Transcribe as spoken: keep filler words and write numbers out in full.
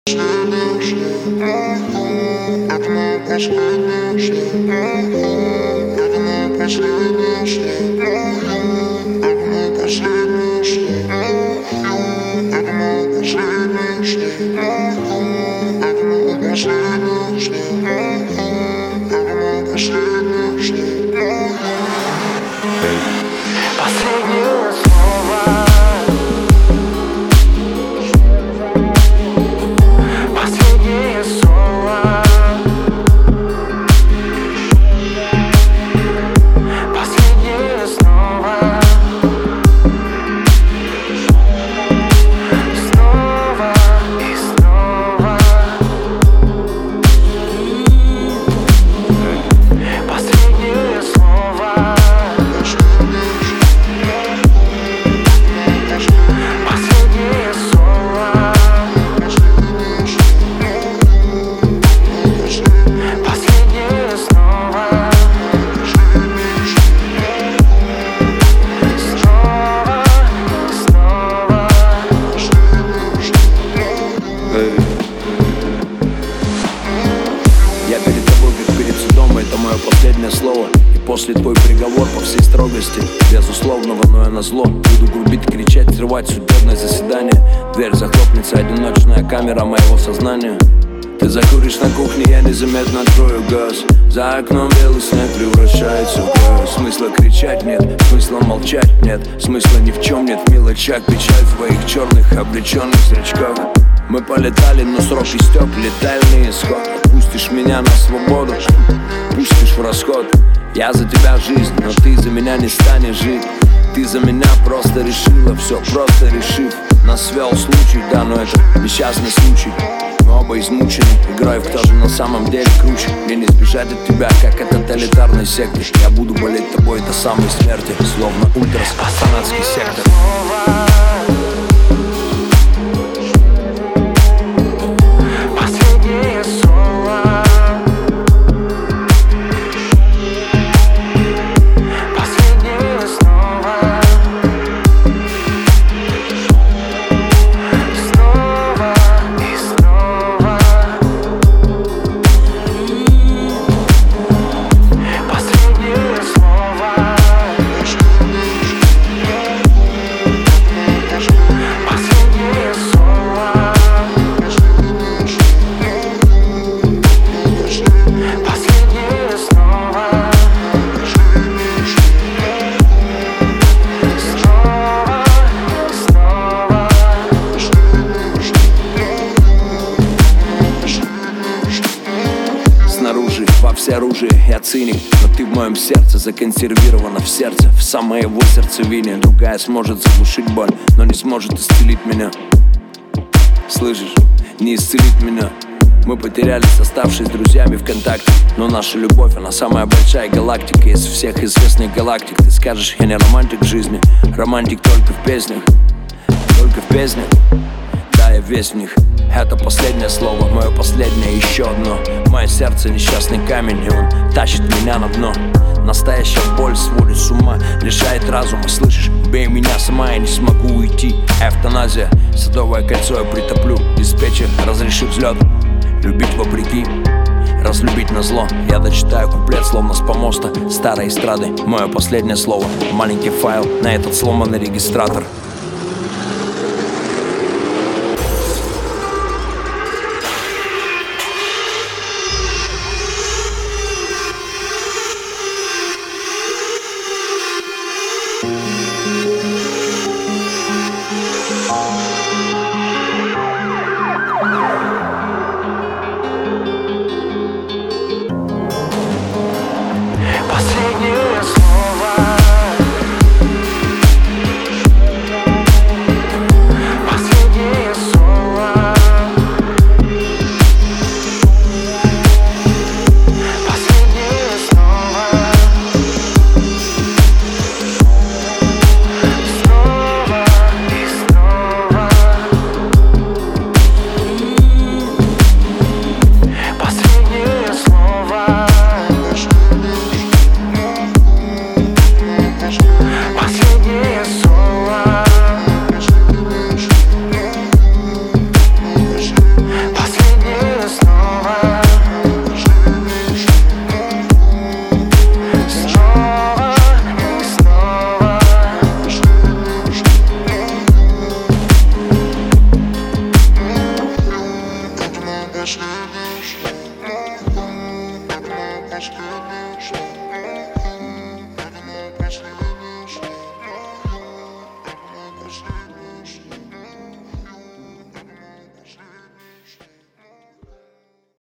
Последнее слово. Последнее слово. Последнее снова. Снова и снова. Последнее слово. Последнее слово. Последнее снова. Снова, снова. Я перед тобой, как перед судом, это мое последнее слово. И после твой приговор по всей строгости безусловного, но я назло буду грубить, кричать, взрывать судебное заседание. Дверь захлопнется, одиночная камера моего сознания. Ты закуришь на кухне, я незаметно открою газ. За окном белый снег превращается в грязь. Смысла кричать нет, смысла молчать нет, смысла ни в чем нет, в мелочах. Печаль в твоих черных обреченных зрачках. Мы полетали, но срок истек, летальный исход. Отпустишь меня на свободу, пустишь в расход. Я за тебя жизнь, но ты за меня не станешь жить. Ты за меня просто решила, все просто решив. Нас свел случай, да, но это несчастный случай. Мы оба измучены, играю в кто же на самом деле круче. Мне не сбежать от тебя, как от тоталитарной секты. Я буду болеть тобой до самой смерти, словно ультрас, фанатский сектор. Последнее слово. Последнее снова. Снова и снова. Последнее слово. Последнее слово. Последнее снова. Снова, снова. Снаружи во всеоружии я циник, но ты в моем сердце законсервирована в сердце, в самой его сердцевине. Другая сможет заглушить боль, но не сможет исцелить меня. Слышишь, не исцелить меня. Мы потерялись, оставшись друзьями ВКонтакте. Но наша любовь, она самая большая галактика из всех известных галактик. Ты скажешь, я не романтик в жизни, романтик только в песнях. Только в песнях, да, я весь в них. Это последнее слово, мое последнее, еще одно. Мое сердце несчастный камень, и он тащит меня на дно. Настоящая боль сводит с ума, лишает разума, слышишь? Убей меня сама, я не смогу уйти. Эвтаназия, садовое кольцо я притоплю. Диспетчер, разреши взлет. Любить вопреки, разлюбить назло. Я дочитаю куплет, словно с помоста старой эстрады. Мое последнее слово, маленький файл на этот сломанный регистратор. Последнее слово. последнее слово, это мое последнее слово.